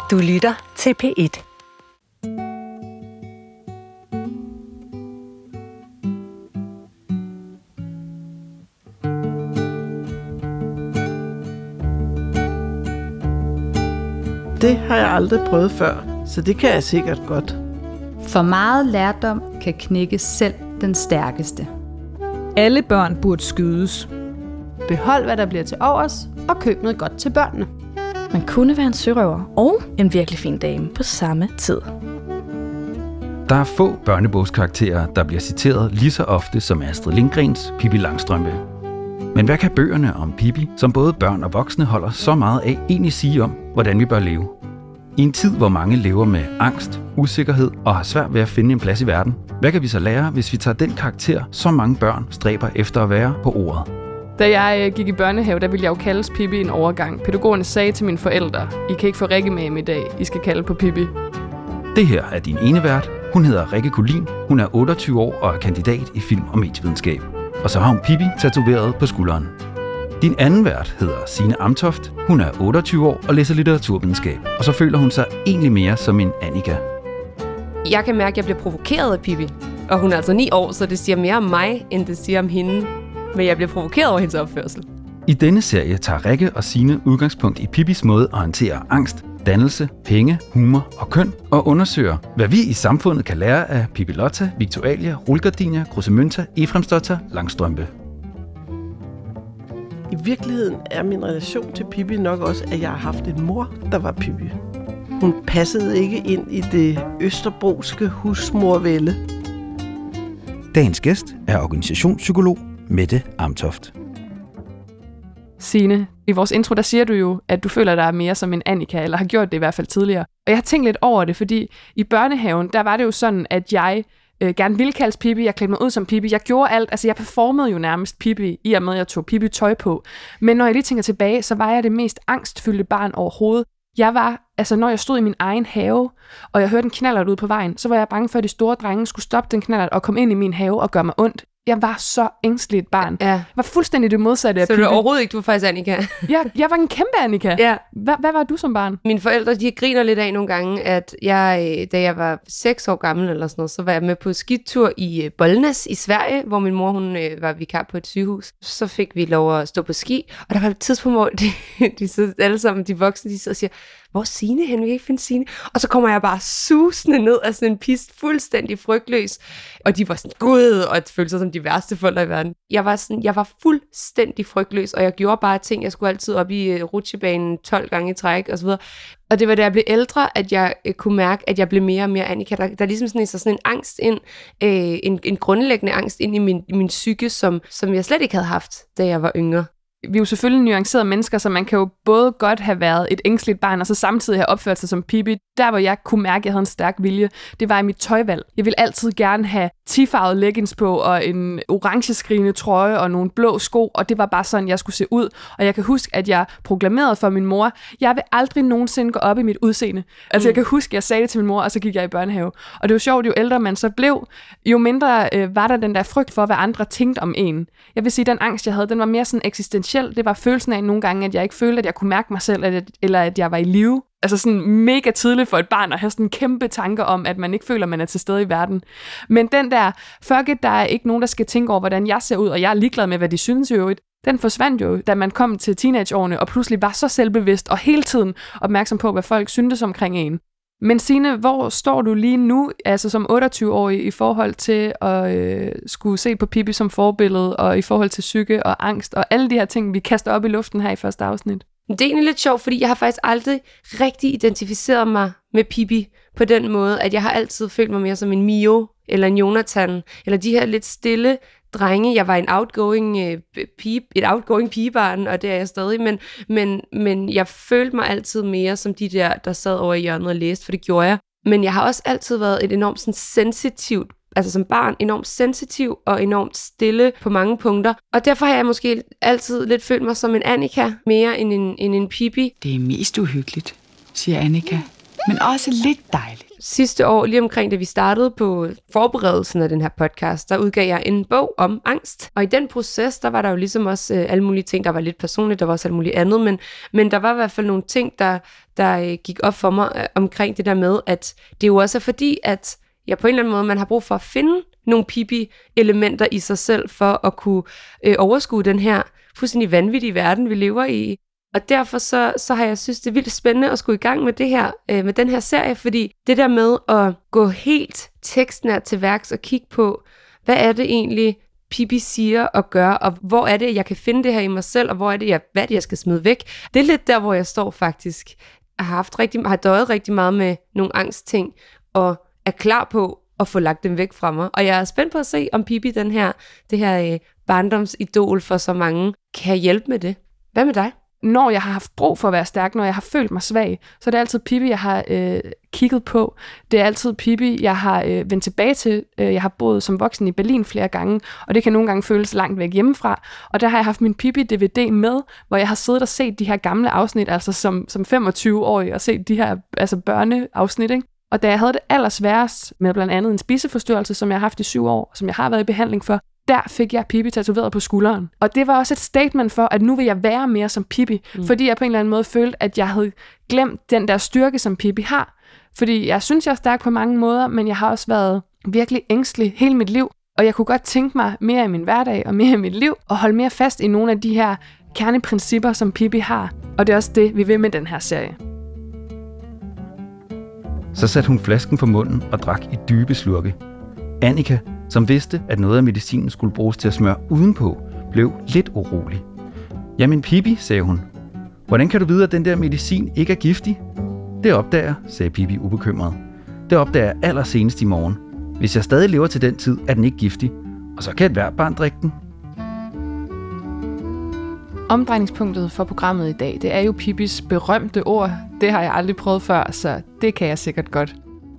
Du lytter til P1. Det har jeg aldrig prøvet før, så det kan jeg sikkert godt. For meget lærdom kan knække selv den stærkeste. Alle børn burde skydes. Behold, hvad der bliver til overs, og køb noget godt til børnene. Man kunne være en sørøver og en virkelig fin dame på samme tid. Der er få børnebogskarakterer, der bliver citeret lige så ofte som Astrid Lindgrens Pippi Langstrømpe. Men hvad kan bøgerne om Pippi, som både børn og voksne holder så meget af, egentlig sige om, hvordan vi bør leve? I en tid, hvor mange lever med angst, usikkerhed og har svært ved at finde en plads i verden, hvad kan vi så lære, hvis vi tager den karakter, så mange børn stræber efter at være på ordet? Da jeg gik i børnehave, der ville jeg jo kaldes Pippi en overgang. Pædagogerne sagde til mine forældre, I kan ikke få Rikke med hjem i dag, I skal kalde på Pippi. Det her er din ene vært. Hun hedder Rikke Collin. Hun er 28 år og er kandidat i film- og medievidenskab. Og så har hun Pippi tatoveret på skulderen. Din anden vært hedder Signe Amtoft. Hun er 28 år og læser litteraturvidenskab. Og så føler hun sig egentlig mere som en Annika. Jeg kan mærke, at jeg bliver provokeret af Pippi. Og hun er altså 9 år, så det siger mere om mig, end det siger om hende. Men jeg bliver provokeret over hendes opførsel. I denne serie tager Rikke og Signe udgangspunkt i Pippis måde at håndtere angst, dannelse, penge, humor og køn, og undersøger, hvad vi i samfundet kan lære af Pippi Lotta, Victualia, Rulgardina, Krusemynta, Efraimsdotter, Langstrømpe. I virkeligheden er min relation til Pippi nok også, at jeg har haft en mor, der var Pippi. Hun passede ikke ind i det østerbroske husmorvælde. Dagens gæst er organisationspsykolog Mette Amtoft. Signe, i vores intro, der siger du jo, at du føler dig mere som en Annika, eller har gjort det i hvert fald tidligere. Og jeg har tænkt lidt over det, fordi i børnehaven, der var det jo sådan, at jeg gerne ville kaldes Pippi, jeg klædte mig ud som Pippi, jeg gjorde alt, altså jeg performede jo nærmest Pippi, i og med at jeg tog Pippi-tøj på. Men når jeg lige tænker tilbage, så var jeg det mest angstfyldte barn overhovedet. Jeg var, altså når jeg stod i min egen have, og jeg hørte en knallert ude på vejen, så var jeg bange for, at de store drenge skulle stoppe den knallert og komme ind i min have og gøre mig ondt. Jeg var så ængstelig et barn. Ja. Jeg var fuldstændig det modsatte af Pippi. Så du overhovedet ikke, du var faktisk Annika? Jeg var en kæmpe Annika. Ja. Hvad var du som barn? Mine forældre, de griner lidt af nogle gange, at jeg, da jeg var 6 år gammel eller sådan noget, så var jeg med på skitur i Bollnäs i Sverige, hvor min mor, hun var vikar på et sygehus. Så fik vi lov at stå på ski, og der var et tidspunkt, hvor de så alle sammen, de voksne, de sidder og siger, hvor er Signe hen? Vi kan ikke finde Signe. Og så kommer jeg bare susende ned af sådan en pist, fuldstændig frygtløs. Og de var sådan, gud, og det følte sig som de værste forældre i verden. Jeg var fuldstændig frygtløs, og jeg gjorde bare ting. Jeg skulle altid op i rutsjebanen 12 gange i træk, og så videre. Og det var da jeg blev ældre, at jeg kunne mærke, at jeg blev mere og mere Annika. Der er ligesom sådan en angst ind, en grundlæggende angst ind i min psyke, som jeg slet ikke havde haft, da jeg var yngre. Vi er jo selvfølgelig nuancerede mennesker, så man kan jo både godt have været et ængstligt barn, og så samtidig have opført sig som Pippi. Der, hvor jeg kunne mærke, at jeg havde en stærk vilje, det var i mit tøjvalg. Jeg ville altid gerne have 10-farvede leggings på, og en orange-skrigende trøje, og nogle blå sko, og det var bare sådan, jeg skulle se ud. Og jeg kan huske, at jeg proklamerede for min mor, jeg vil aldrig nogensinde gå op i mit udseende. Altså jeg kan huske, at jeg sagde det til min mor, og så gik jeg i børnehave. Og det var sjovt, jo ældre man så blev, jo mindre var der den der frygt for, hvad andre tænkte om en. Jeg vil sige, den angst, jeg havde, den var mere sådan eksistentiel. Det var følelsen af nogle gange, at jeg ikke følte, at jeg kunne mærke mig selv, eller at jeg var i live. Altså sådan mega tidligt for et barn at have sådan en kæmpe tanker om, at man ikke føler, at man er til stede i verden. Men den der, fuck it, der er ikke nogen, der skal tænke over, hvordan jeg ser ud, og jeg er ligeglad med, hvad de synes i øvrigt. Den forsvandt jo, da man kom til teenageårene, og pludselig var så selvbevidst, og hele tiden opmærksom på, hvad folk syntes omkring en. Men Signe, hvor står du lige nu, altså som 28-årig, i forhold til at skulle se på Pippi som forbillede, og i forhold til psyke og angst, og alle de her ting, vi kaster op i luften her i første afsnit? Det er egentlig lidt sjovt, fordi jeg har faktisk aldrig rigtig identificeret mig med Pippi på den måde, at jeg har altid følt mig mere som en Mio, eller en Jonathan, eller de her lidt stille drenge. Jeg var en et outgoing pigebarn, og det er jeg stadig, men jeg følte mig altid mere som de der sad over i hjørnet og læste, for det gjorde jeg. Men jeg har også altid været et enormt sådan sensitivt, altså som barn, enormt sensitiv og enormt stille på mange punkter. Og derfor har jeg måske altid lidt følt mig som en Annika, mere end en Pippi. Det er mest uhyggeligt, siger Annika. men også lidt dejligt. Sidste år, lige omkring da vi startede på forberedelsen af den her podcast, der udgav jeg en bog om angst. Og i den proces, der var der jo ligesom også alle mulige ting, der var lidt personligt, der var også alt muligt andet, men der var i hvert fald nogle ting, der gik op for mig omkring det der med, at det jo også er fordi, at jeg på en eller anden måde, man har brug for at finde nogle Pippi-elementer i sig selv, for at kunne overskue den her fuldstændig vanvittige verden, vi lever i. Og derfor så har jeg synes, det er vildt spændende at skulle i gang med det her, med den her serie, fordi det der med at gå helt tekstnært til værks og kigge på, hvad er det egentlig, Pippi siger og gør, og hvor er det, jeg kan finde det her i mig selv, og hvor er det, hvad er det, jeg skal smide væk. Det er lidt der, hvor jeg står faktisk. Jeg har døjet rigtig meget med nogle angstting, og er klar på at få lagt dem væk fra mig. Og jeg er spændt på at se, om Pippi, det her barndomsidol for så mange, kan hjælpe med det. Hvad med dig? Når jeg har haft brug for at være stærk, når jeg har følt mig svag, så er det altid Pippi, jeg har kigget på. Det er altid Pippi, jeg har vendt tilbage til. Jeg har boet som voksen i Berlin flere gange, og det kan nogle gange føles langt væk hjemmefra. Og der har jeg haft min Pippi-DVD med, hvor jeg har siddet og set de her gamle afsnit, altså som 25-årig, og set de her børneafsnit, ikke? Og da jeg havde det allersværest med blandt andet en spiseforstyrrelse, som jeg har haft i 7 år, som jeg har været i behandling for, der fik jeg Pippi tatoveret på skulderen. Og det var også et statement for, at nu vil jeg være mere som Pippi, fordi jeg på en eller anden måde følte, at jeg havde glemt den der styrke, som Pippi har. Fordi jeg synes, jeg er stærk på mange måder, men jeg har også været virkelig ængstelig hele mit liv. Og jeg kunne godt tænke mig mere i min hverdag og mere i mit liv, og holde mere fast i nogle af de her kerneprincipper, som Pippi har. Og det er også det, vi vil med den her serie. Så satte hun flasken for munden og drak i dybe slurke. Annika, som vidste, at noget af medicinen skulle bruges til at smøre udenpå, blev lidt urolig. Jamen Pippi, sagde hun. Hvordan kan du vide, at den der medicin ikke er giftig? Det opdager, sagde Pippi ubekymret. Det opdager jeg allersenest i morgen. Hvis jeg stadig lever til den tid, er den ikke giftig, og så kan et hvert barn drikke den. Omdrejningspunktet for programmet i dag, det er jo Pippis berømte ord. Det har jeg aldrig prøvet før, så det kan jeg sikkert godt.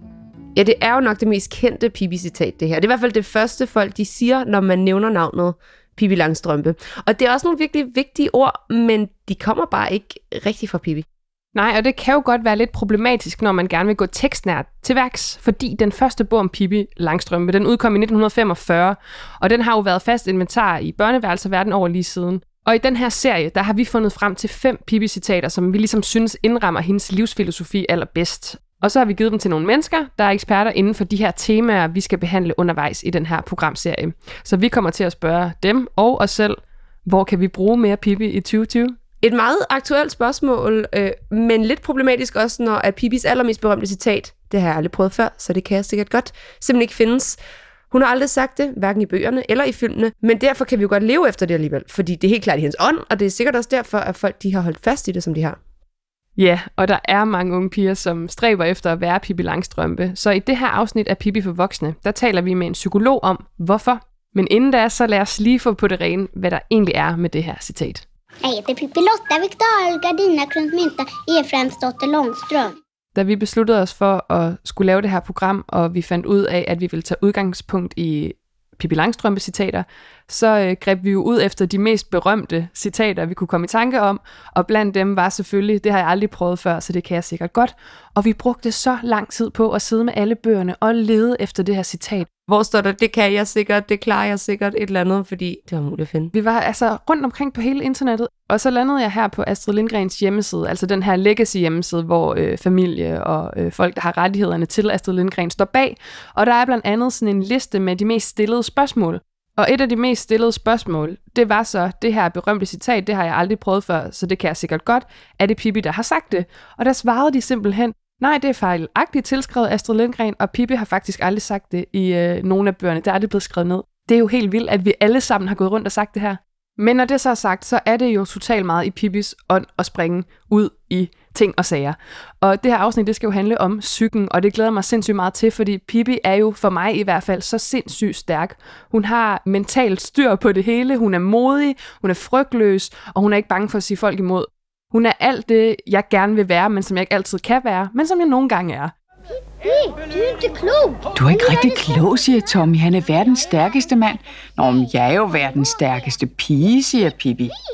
Ja, det er jo nok det mest kendte Pippi-citat, det her. Det er i hvert fald det første folk, de siger, når man nævner navnet Pippi Langstrømpe. Og det er også nogle virkelig vigtige ord, men de kommer bare ikke rigtig fra Pippi. Nej, og det kan jo godt være lidt problematisk, når man gerne vil gå tekstnært til værks, fordi den første bog om Pippi Langstrømpe, den udkom i 1945, og den har jo været fast inventar i børneværelser verden over lige siden. Og i den her serie, der har vi fundet frem til 5 Pippi-citater, som vi ligesom synes indrammer hendes livsfilosofi allerbedst. Og så har vi givet dem til nogle mennesker, der er eksperter inden for de her temaer, vi skal behandle undervejs i den her programserie. Så vi kommer til at spørge dem og os selv, hvor kan vi bruge mere Pippi i 2020? Et meget aktuelt spørgsmål, men lidt problematisk også, når at Pippis allermest berømte citat, det har jeg aldrig prøvet før, så det kan jeg sikkert godt, simpelthen ikke findes. Hun har aldrig sagt det, hverken i bøgerne eller i filmene, men derfor kan vi jo godt leve efter det alligevel, fordi det er helt klart i hendes ånd, og det er sikkert også derfor, at folk de har holdt fast i det, som de har. Ja, og der er mange unge piger, som stræber efter at være Pippi Langstrømpe. Så i det her afsnit af Pippi for voksne, der taler vi med en psykolog om, hvorfor. Men inden da, så lad os lige få på det rene, hvad der egentlig er med det her citat. Jeg heter Pippi Lotta Victoria Gardina Kronmynta Efraimsdotter Långström. Da vi besluttede os for at skulle lave det her program, og vi fandt ud af, at vi ville tage udgangspunkt i Pippi Langstrømpe-citater, så greb vi jo ud efter de mest berømte citater, vi kunne komme i tanke om, og blandt dem var selvfølgelig, det har jeg aldrig prøvet før, så det kan jeg sikkert godt, og vi brugte så lang tid på at sidde med alle bøgerne og lede efter det her citat. Hvor står der, det kan jeg sikkert, det klarer jeg sikkert, et eller andet, fordi det var muligt at finde. Vi var altså rundt omkring på hele internettet, og så landede jeg her på Astrid Lindgrens hjemmeside, altså den her legacy hjemmeside, hvor familie og folk, der har rettighederne til Astrid Lindgren, står bag. Og der er blandt andet sådan en liste med de mest stillede spørgsmål. Og et af de mest stillede spørgsmål, det var så det her berømte citat, det har jeg aldrig prøvet før, så det kan jeg sikkert godt. Er det Pippi, der har sagt det? Og der svarede de simpelthen, nej, det er fejlagtigt tilskrevet Astrid Lindgren, og Pippi har faktisk aldrig sagt det i nogle af bøgerne. Der er det blevet skrevet ned. Det er jo helt vildt, at vi alle sammen har gået rundt og sagt det her. Men når det så er sagt, så er det jo totalt meget i Pippis ånd at springe ud i ting og sager. Og det her afsnit, det skal jo handle om psyken, og det glæder mig sindssygt meget til, fordi Pippi er jo for mig i hvert fald så sindssygt stærk. Hun har mentalt styr på det hele, hun er modig, hun er frygtløs, og hun er ikke bange for at sige folk imod. Hun er alt det, jeg gerne vil være, men som jeg ikke altid kan være, men som jeg nogle gange er. Pippi, du er ikke klog. Du er ikke rigtig klog, siger Tommy. Han er verdens stærkeste mand. Nå, men jeg er jo verdens stærkeste pige, siger Pippi.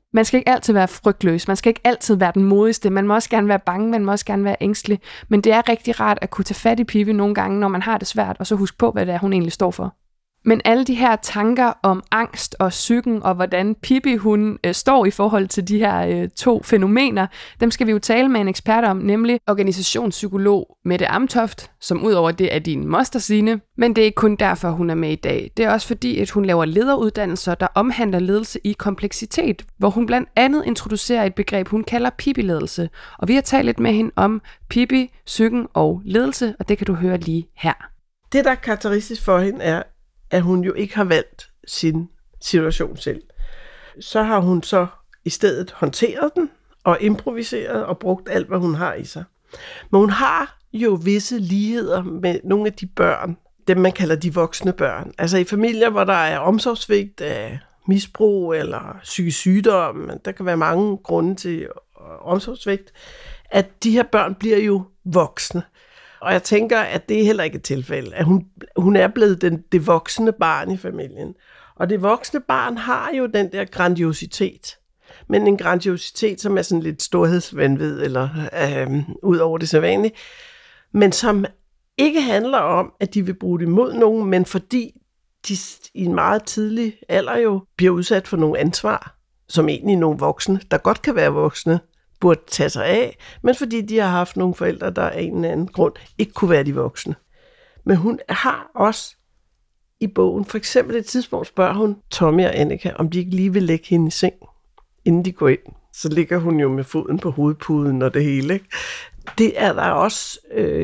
Man skal ikke altid være frygtløs, man skal ikke altid være den modigste, man må også gerne være bange, man må også gerne være ængstelig, men det er rigtig rart at kunne tage fat i Pippi nogle gange, når man har det svært, og så huske på, hvad det er, hun egentlig står for. Men alle de her tanker om angst og psyken, og hvordan Pippi hun står i forhold til de her to fænomener, dem skal vi jo tale med en ekspert om, nemlig organisationspsykolog Mette Amtoft, som udover det er din moster Signe, men det er ikke kun derfor, hun er med i dag. Det er også fordi, at hun laver lederuddannelser, der omhandler ledelse i kompleksitet, hvor hun blandt andet introducerer et begreb, hun kalder Pippi-ledelse. Og vi har talt lidt med hende om Pippi, psyken og ledelse, og det kan du høre lige her. Det, der er karakteristisk for hende, er, at hun jo ikke har valgt sin situation selv. Så har hun så i stedet håndteret den og improviseret og brugt alt, hvad hun har i sig. Men hun har jo visse ligheder med nogle af de børn, dem man kalder de voksne børn. Altså i familier, hvor der er omsorgssvigt af misbrug eller psykisk sygdom, der kan være mange grunde til omsorgssvigt, at de her børn bliver jo voksne. Og jeg tænker, at det er heller ikke et tilfælde, at hun er blevet det voksne barn i familien. Og det voksne barn har jo den der grandiositet. Men en grandiositet, som er sådan lidt storhedsvanvid, eller ud over det sædvanlige. Men som ikke handler om, at de vil bruge det imod nogen, men fordi de i en meget tidlig alder jo bliver udsat for nogle ansvar, som egentlig nogle voksne, der godt kan være voksne, burde tage sig af, men fordi de har haft nogle forældre, der af en eller anden grund ikke kunne være de voksne. Men hun har også i bogen, for eksempel et tidspunkt spørger hun Tommy og Annika, om de ikke lige vil lægge hende i seng, inden de går ind. Så ligger hun jo med foden på hovedpuden og det hele. Ikke? Det er der også,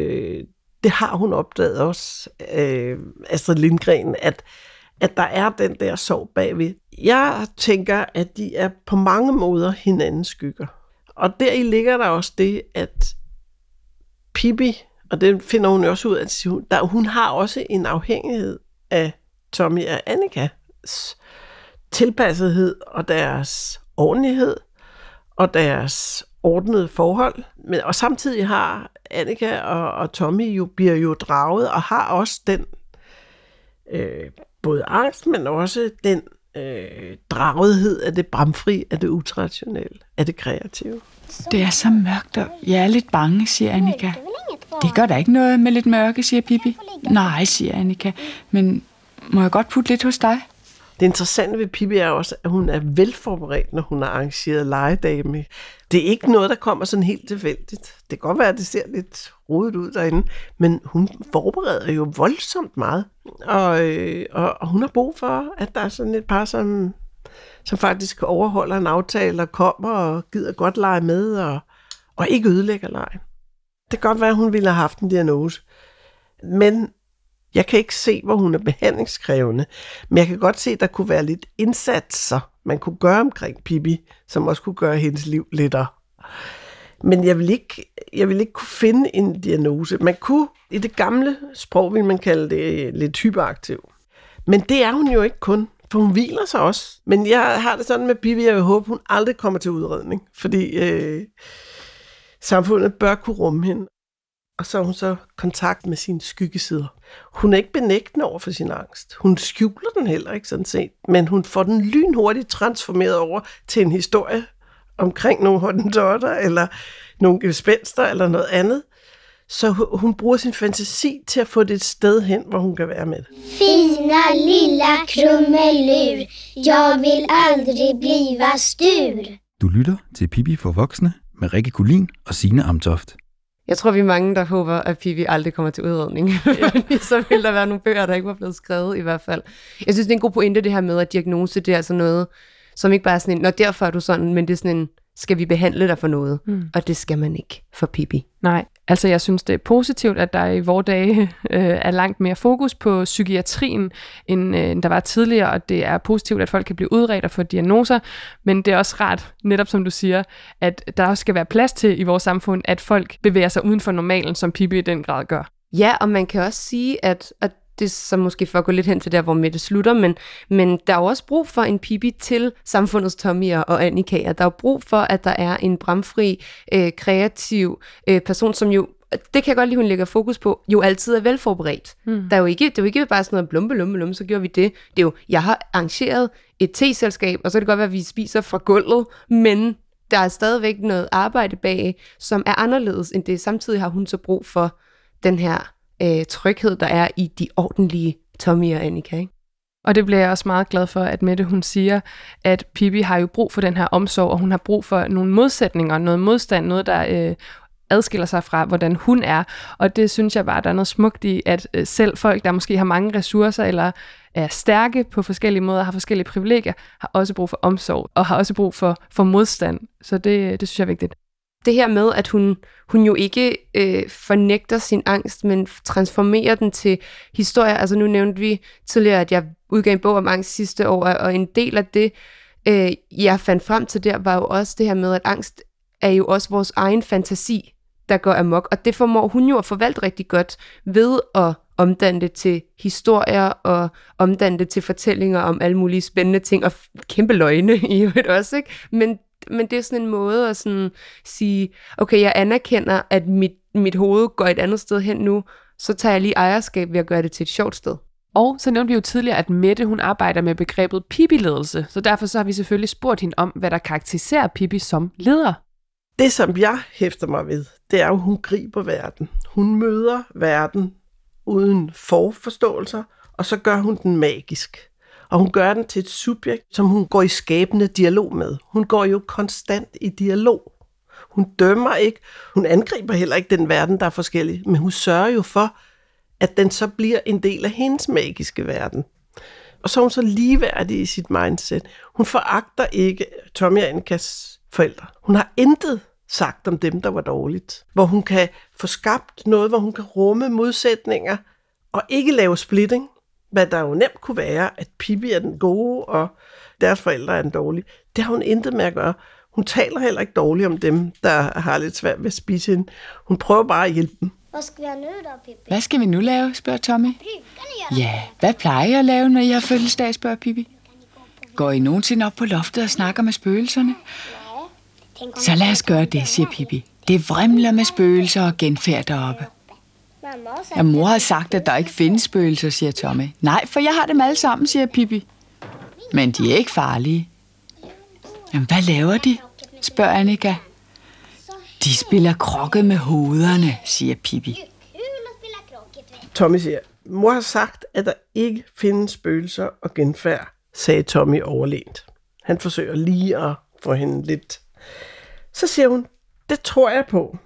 det har hun opdaget også, Astrid Lindgren, at der er den der sorg bagved. Jeg tænker, at de er på mange måder hinandens skygger. Og deri ligger der også det, at Pippi, og det finder hun også ud af, hun har også en afhængighed af Tommy og Annikas tilpassethed og deres ordentlighed og deres ordnede forhold. Og samtidig har Annika og Tommy bliver jo draget og har også den både angst, men også den dragethed af det bramfri, af det utraditionelle, af det kreative. Det er så mørkt, og jeg er lidt bange, siger Annika. Det gør da ikke noget med lidt mørke, siger Pippi. Nej, siger Annika, men må jeg godt putte lidt hos dig? Det interessante ved Pippi er også, at hun er velforberedt, når hun har arrangeret legedame. Det er ikke noget, der kommer sådan helt tilfældigt. Det kan godt være, at det ser lidt rodet ud derinde, men hun forbereder jo voldsomt meget. Og hun har brug for, at der er sådan et par, som faktisk overholder en aftale og kommer og gider godt lege med og ikke ødelægger legen. Det kan godt være, at hun ville have haft en diagnose. Men jeg kan ikke se, hvor hun er behandlingskrævende. Men jeg kan godt se, at der kunne være lidt indsatser, man kunne gøre omkring Pippi, som også kunne gøre hendes liv lettere. Men jeg vil ikke kunne finde en diagnose. Man kunne, i det gamle sprog, vil man kalde det lidt hyperaktiv. Men det er hun jo ikke kun, for hun hviler sig også. Men jeg har det sådan med Pippi, jeg vil håbe, hun aldrig kommer til udredning, fordi samfundet bør kunne rumme hende. Og så har hun så kontakt med sine skyggesider. Hun er ikke benægtende over for sin angst. Hun skjuler den heller ikke sådan set, men hun får den lynhurtigt transformeret over til en historie omkring nogle hottentotter, eller nogle gespenster, eller noget andet. Så hun bruger sin fantasi til at få det et sted hen, hvor hun kan være med det. Fina lilla krummelur, jag vill aldrig bliva stur. Du lytter til Pippi for voksne med Rikke Kulin og Signe Amtoft. Jeg tror, vi er mange, der håber, at Pippi aldrig kommer til udredning. Ja. Så vil der være nogle bøger, der ikke var blevet skrevet i hvert fald. Jeg synes, det er en god pointe, det her med, at diagnose, det er altså noget, som ikke bare er sådan en, nå, derfor er du sådan, men det er sådan en, skal vi behandle dig for noget? Og det skal man ikke for Pippi. Nej, altså jeg synes, det er positivt, at der i vore dage er langt mere fokus på psykiatrien, end der var tidligere, og det er positivt, at folk kan blive udredt og få diagnoser, men det er også rart, netop som du siger, at der også skal være plads til i vores samfund, at folk bevæger sig uden for normalen, som Pippi i den grad gør. Ja, og man kan også sige, at det så måske for at gå lidt hen til der, hvor Mette slutter, men der er jo også brug for en Pippi til samfundets Tommy'er og Annikaer. Der er jo brug for, at der er en bramfri, kreativ person, som jo, det kan jeg godt lide, hun lægger fokus på, jo altid er velforberedt. Der er jo ikke, det er jo ikke bare sådan noget blumpe, så gjorde vi det. Det er jo, jeg har arrangeret et teselskab, og så kan det godt være, at vi spiser fra gulvet, men der er stadigvæk noget arbejde bag, som er anderledes end det. Samtidig har hun så brug for den her tryghed, der er i de ordentlige Tommy og Annika, ikke? Og det bliver jeg også meget glad for, at Mette hun siger, at Pippi har jo brug for den her omsorg, og hun har brug for nogle modsætninger, noget modstand, noget der adskiller sig fra, hvordan hun er. Og det synes jeg bare, der er noget smukt i, at selv folk, der måske har mange ressourcer, eller er stærke på forskellige måder, har forskellige privilegier, har også brug for omsorg, og har også brug for modstand. Så det synes jeg er vigtigt. Det her med, at hun jo ikke fornægter sin angst, men transformerer den til historier. Altså nu nævnte vi tidligere, at jeg udgav en bog om angst sidste år, og en del af det, jeg fandt frem til der, var jo også det her med, at angst er jo også vores egen fantasi, der går amok. Og det formår hun jo at forvalte rigtig godt ved at omdanne det til historier og omdanne det til fortællinger om alle mulige spændende ting og kæmpe løgne i øvrigt også, ikke? Men det er sådan en måde at sådan sige, okay, jeg anerkender, at mit hoved går et andet sted hen nu, så tager jeg lige ejerskab ved at gøre det til et sjovt sted. Og så nævnte vi jo tidligere, at Mette hun arbejder med begrebet Pippi-ledelse, så derfor så har vi selvfølgelig spurgt hende om, hvad der karakteriserer Pippi som leder. Det, som jeg hæfter mig ved, det er jo, at hun griber verden. Hun møder verden uden forforståelser, og så gør hun den magisk. Og hun gør den til et subjekt, som hun går i skabende dialog med. Hun går jo konstant i dialog. Hun dømmer ikke, hun angriber heller ikke den verden, der er forskellig, men hun sørger jo for, at den så bliver en del af hendes magiske verden. Og så er hun så ligeværdig i sit mindset. Hun foragter ikke Tommy og Annikas forældre. Hun har intet sagt om dem, der var dårligt. Hvor hun kan få skabt noget, hvor hun kan rumme modsætninger og ikke lave splitting. Hvad der jo nemt kunne være, at Pippi er den gode, og deres forældre er den dårlige. Det har hun intet med at gøre. Hun taler heller ikke dårligt om dem, der har lidt svært ved at spise hende. Hun prøver bare at hjælpe dem. Hvad skal vi nu da, Pippi? Hvad skal vi nu lave, spørger Tommy. Ja, hvad plejer jeg at lave, når jeg har fødselsdag, spørger Pippi. Går I nogensinde op på loftet og snakker med spøgelserne? Så lad os gøre det, siger Pippi. Det vrimler med spøgelser og genfærd deroppe. Ja, mor har sagt, at der ikke findes spøgelser, siger Tommy. Nej, for jeg har dem alle sammen, siger Pippi. Men de er ikke farlige. Jamen, hvad laver de? Spørger Annika. De spiller krokket med hovederne, siger Pippi. Tommy siger, mor har sagt, at der ikke findes spøgelser og genfærd, sagde Tommy overlænt. Han forsøger lige at få hende lidt. Så siger hun, det tror jeg på.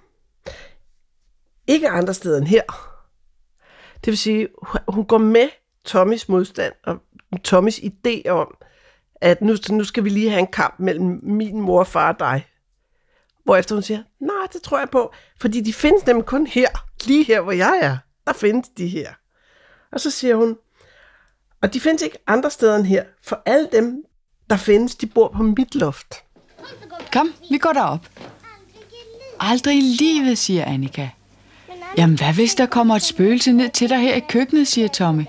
Ikke andre steder end her. Det vil sige, hun går med Tommys modstand og Tommys idé om, at nu skal vi lige have en kamp mellem min mor, far og dig. Hvorefter hun siger, nej, det tror jeg på, fordi de findes nemlig kun her, lige her, hvor jeg er. Der findes de her. Og så siger hun, og de findes ikke andre steder end her, for alle dem, der findes, de bor på mit loft. Kom, vi går derop. Aldrig i livet, siger Annika. Jamen, hvad hvis der kommer et spøgelse ned til dig her i køkkenet, siger Tommy.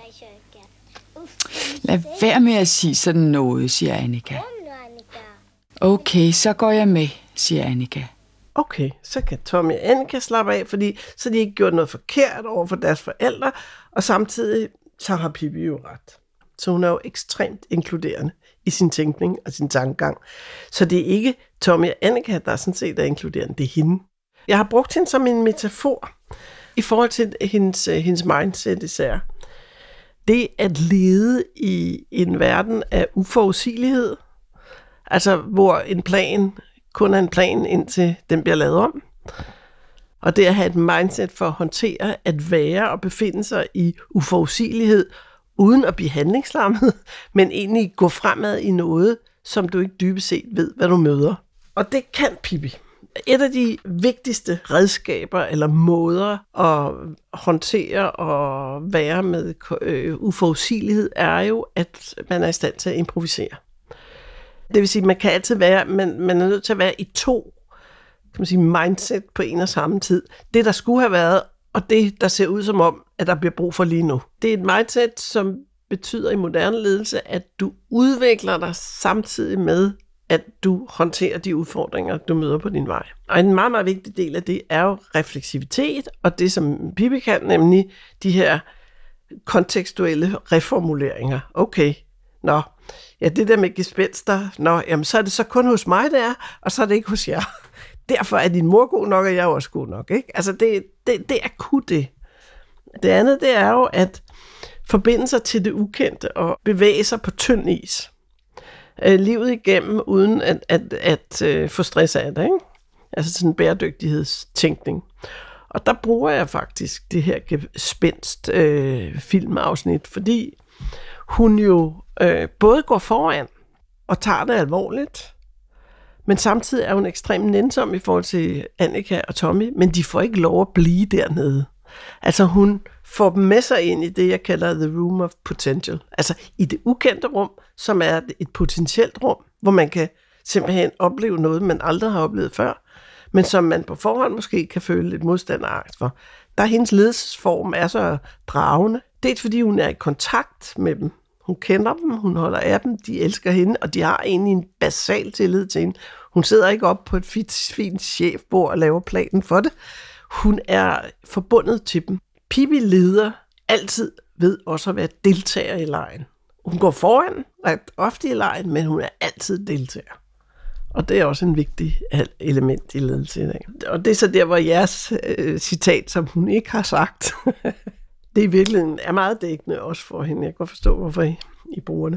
Lad være med at sige sådan noget, siger Annika. Okay, så går jeg med, siger Annika. Okay, så kan Tommy og Annika slappe af, fordi så har de ikke gjort noget forkert over for deres forældre, og samtidig så har Pippi jo ret. Så hun er jo ekstremt inkluderende i sin tænkning og sin tankegang. Så det er ikke Tommy og Annika, der sådan set er inkluderende, det er hende. Jeg har brugt hende som en metafor i forhold til hendes mindset især. Det at lede i en verden af uforudsigelighed, altså hvor en plan kun er en plan, indtil den bliver lavet om. Og det at have et mindset for at håndtere, at være og befinde sig i uforudsigelighed, uden at blive handlingslammet, men egentlig gå fremad i noget, som du ikke dybest set ved, hvad du møder. Og det kan Pippi. Et af de vigtigste redskaber eller måder at håndtere og være med uforudsigelighed er jo, at man er i stand til at improvisere. Det vil sige, at man kan altid være, man er nødt til at være i to kan man sige, mindset på en og samme tid. Det, der skulle have været, og det, der ser ud som om, at der bliver brug for lige nu. Det er et mindset, som betyder i moderne ledelse, at du udvikler dig samtidig med, at du håndterer de udfordringer, du møder på din vej. Og en meget, meget vigtig del af det er jo refleksivitet, og det, som Pippi kan, nemlig de her kontekstuelle reformuleringer. Okay, ja, det der med gespenster, jamen så er det så kun hos mig, det er, og så er det ikke hos jer. Derfor er din mor god nok, og jeg er også god nok, ikke? Altså, det er kun det. Det andet, det er jo at forbinde sig til det ukendte og bevæge sig på tynd is. Livet igennem, uden at få stress af det, ikke? Altså sådan en bæredygtighedstænkning. Og der bruger jeg faktisk det her gespenst filmafsnit, fordi hun jo både går foran og tager det alvorligt, men samtidig er hun ekstremt nænsom i forhold til Annika og Tommy, men de får ikke lov at blive dernede. Altså hun får dem med sig ind i det, jeg kalder the room of potential. Altså i det ukendte rum, som er et potentielt rum, hvor man kan simpelthen opleve noget, man aldrig har oplevet før, men som man på forhånd måske kan føle lidt modstand og angst for. Der hendes ledelsesform er så dragende. Det er fordi, hun er i kontakt med dem. Hun kender dem, hun holder af dem, de elsker hende, og de har egentlig en basal tillid til hende. Hun sidder ikke op på et fint chefbord og laver planen for det. Hun er forbundet til dem. Pippi leder altid ved også at være deltager i legen. Hun går foran ret ofte i legen, men hun er altid deltager. Og det er også en vigtig element i ledelse i dag. Og det er så der, hvor jeres citat, som hun ikke har sagt, det i virkeligheden er meget dækkende også for hende. Jeg kan godt forstå, hvorfor I bruger det.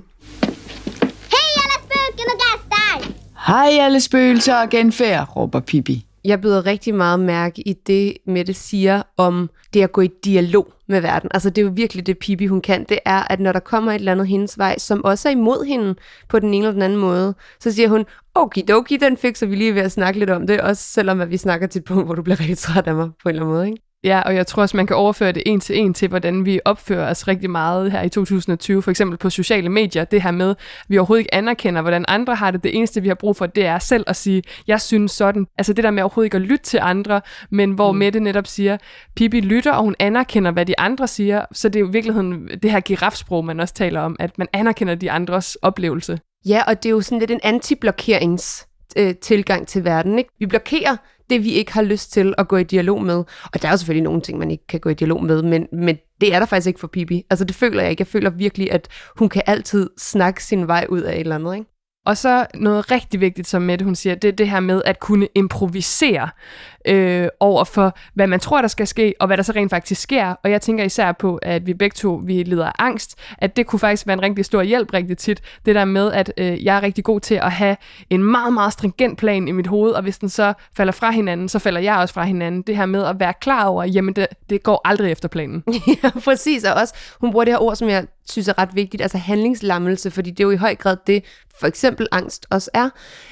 Hej alle spøken og gæster! Hej alle spøgelser og genfærd, råber Pippi. Jeg byder rigtig meget mærke i det, Mette siger om det at gå i dialog med verden. Altså det er jo virkelig det, Pippi hun kan. Det er, at når der kommer et eller andet hendes vej, som også er imod hende på den ene eller den anden måde, så siger hun, okidoki, den fikser vi lige ved at snakke lidt om det, også selvom at vi snakker til et punkt, hvor du bliver rigtig træt af mig på en eller anden måde, ikke? Ja, og jeg tror også, man kan overføre det en til, hvordan vi opfører os rigtig meget her i 2020, for eksempel på sociale medier. Det her med, at vi overhovedet ikke anerkender, hvordan andre har det. Det eneste, vi har brug for, det er selv at sige, jeg synes sådan. Altså det der med overhovedet ikke at lytte til andre, men hvor Mette netop siger, Pippi lytter, og hun anerkender, hvad de andre siger. Så det er jo i virkeligheden det her girafsprog, man også taler om, at man anerkender de andres oplevelse. Ja, og det er jo sådan lidt en anti-blokerings tilgang til verden, ikke? Vi blokerer det, vi ikke har lyst til at gå i dialog med. Og der er jo selvfølgelig nogle ting, man ikke kan gå i dialog med, men det er der faktisk ikke for Pippi. Altså det føler jeg ikke. Jeg føler virkelig, at hun kan altid snakke sin vej ud af et eller andet, ikke? Og så noget rigtig vigtigt, som Mette hun siger, det er det her med at kunne improvisere over for, hvad man tror, der skal ske, og hvad der så rent faktisk sker. Og jeg tænker især på, at vi begge to, vi lider af angst, at det kunne faktisk være en rigtig stor hjælp rigtig tit. Det der med, at jeg er rigtig god til at have en meget, meget stringent plan i mit hoved, og hvis den så falder fra hinanden, så falder jeg også fra hinanden. Det her med at være klar over, jamen det går aldrig efter planen. Ja, præcis. Og også, hun bruger det her ord, som jeg synes er ret vigtigt, altså handlingslammelse, fordi det er jo i høj grad det, for eksempel angst også er,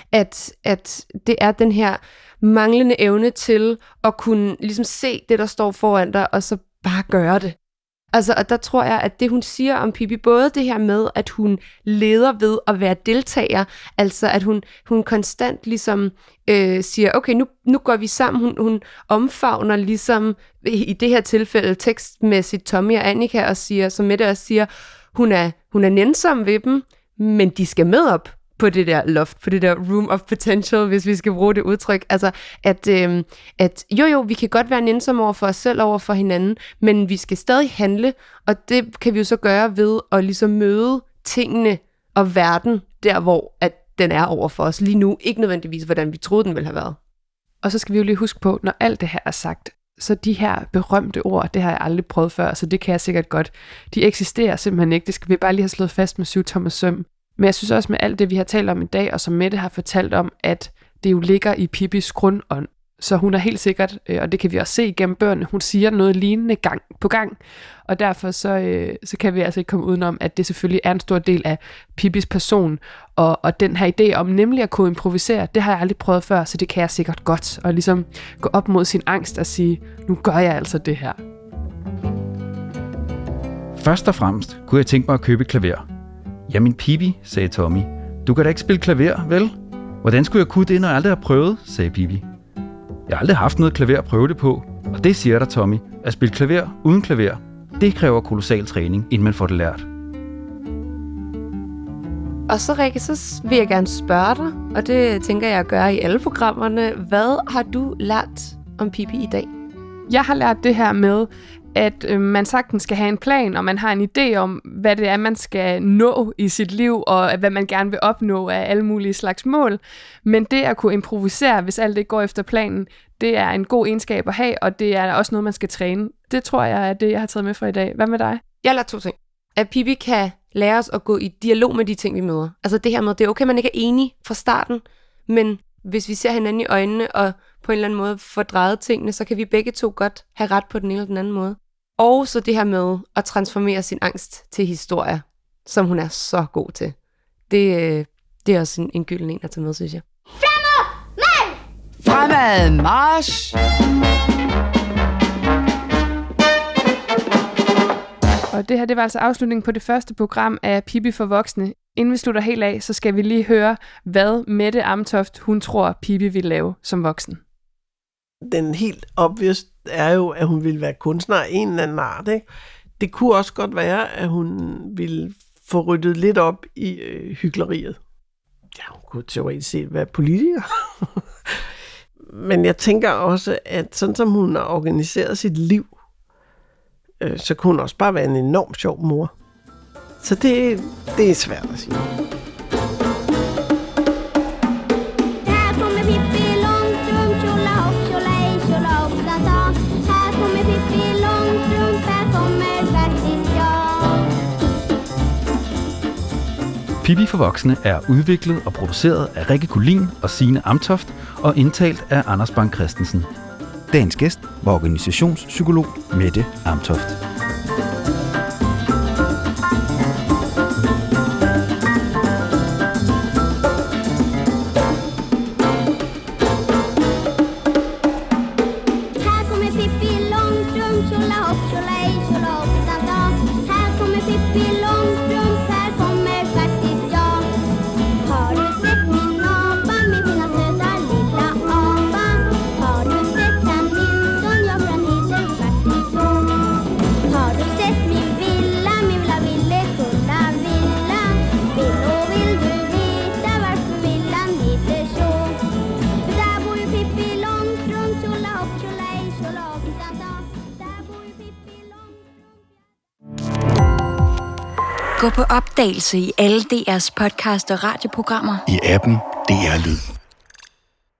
at det er den her manglende evne til at kunne ligesom se det, der står foran dig, og så bare gøre det. Altså, og der tror jeg, at det hun siger om Pippi, både det her med, at hun leder ved at være deltager, altså at hun konstant ligesom siger, okay, nu går vi sammen, hun omfavner ligesom i det her tilfælde tekstmæssigt Tommy og Annika, og siger, som Mette også siger, hun er nænsom ved dem, men de skal med op på det der loft, på det der room of potential, hvis vi skal bruge det udtryk. Altså, at jo, vi kan godt være nænsomme over for os selv, over for hinanden, men vi skal stadig handle, og det kan vi jo så gøre ved at ligesom møde tingene og verden, der hvor at den er over for os lige nu. Ikke nødvendigvis, hvordan vi troede, den ville have været. Og så skal vi jo lige huske på, når alt det her er sagt, så de her berømte ord, det har jeg aldrig prøvet før, så det kan jeg sikkert godt. De eksisterer simpelthen ikke. Det skal vi bare lige have slået fast med 7 tommer søm. Men jeg synes også med alt det, vi har talt om i dag, og som Mette har fortalt om, at det jo ligger i Pippis grundånd. Så hun er helt sikkert, og det kan vi også se igennem bøgerne, hun siger noget lignende gang på gang. Og derfor så kan vi altså ikke komme udenom, at det selvfølgelig er en stor del af Pippis person. Og den her idé om nemlig at kunne improvisere, det har jeg aldrig prøvet før, så det kan jeg sikkert godt. Og ligesom gå op mod sin angst og sige, nu gør jeg altså det her. Først og fremmest kunne jeg tænke mig at købe klaver. Jamen Pippi, sagde Tommy. Du kan da ikke spille klaver, vel? Hvordan skulle jeg kunne det, når jeg aldrig har prøvet, sagde Pippi. Jeg har aldrig haft noget klaver at prøve det på, og det siger der, Tommy. At spille klaver uden klaver, det kræver kolossal træning, inden man får det lært. Og så Rikke, så vil jeg gerne spørge dig, og det tænker jeg at gøre i alle programmerne. Hvad har du lært om Pippi i dag? Jeg har lært det her med, at man sagtens skal have en plan, og man har en idé om, hvad det er, man skal nå i sit liv, og hvad man gerne vil opnå af alle mulige slags mål. Men det at kunne improvisere, hvis alt det går efter planen, det er en god egenskab at have, og det er også noget, man skal træne. Det tror jeg er det, jeg har taget med for i dag. Hvad med dig? Jeg lader 2 ting. At Pippi kan lære os at gå i dialog med de ting, vi møder. Altså det her med, det er okay, man ikke er enig fra starten, men hvis vi ser hinanden i øjnene og på en eller anden måde får drejet tingene, så kan vi begge 2 godt have ret på den ene eller den anden måde. Og så det her med at transformere sin angst til historier, som hun er så god til. Det er også en gylden en at tage med, synes jeg. Fremad march! Og det her, det var altså afslutningen på det første program af Pippi for voksne. Inden vi slutter helt af, så skal vi lige høre, hvad Mette Amtoft, hun tror, Pippi vil lave som voksen. Den helt obvious er jo, at hun ville være kunstner af en eller anden art, ikke? Det kunne også godt være, at hun ville få ryddet lidt op i hykleriet. Ja, hun kunne teoretisk set være politiker. Men jeg tænker også, at sådan som hun har organiseret sit liv, så kunne hun også bare være en enormt sjov mor. Så det er svært at sige. Pippi for voksne er udviklet og produceret af Rikke Kulin og Signe Amtoft og indtalt af Anders Bang Christensen. Dagens gæst var organisationspsykolog Mette Amtoft. Gå på opdagelse i alle DR's podcast og radioprogrammer. I appen DR Lyd.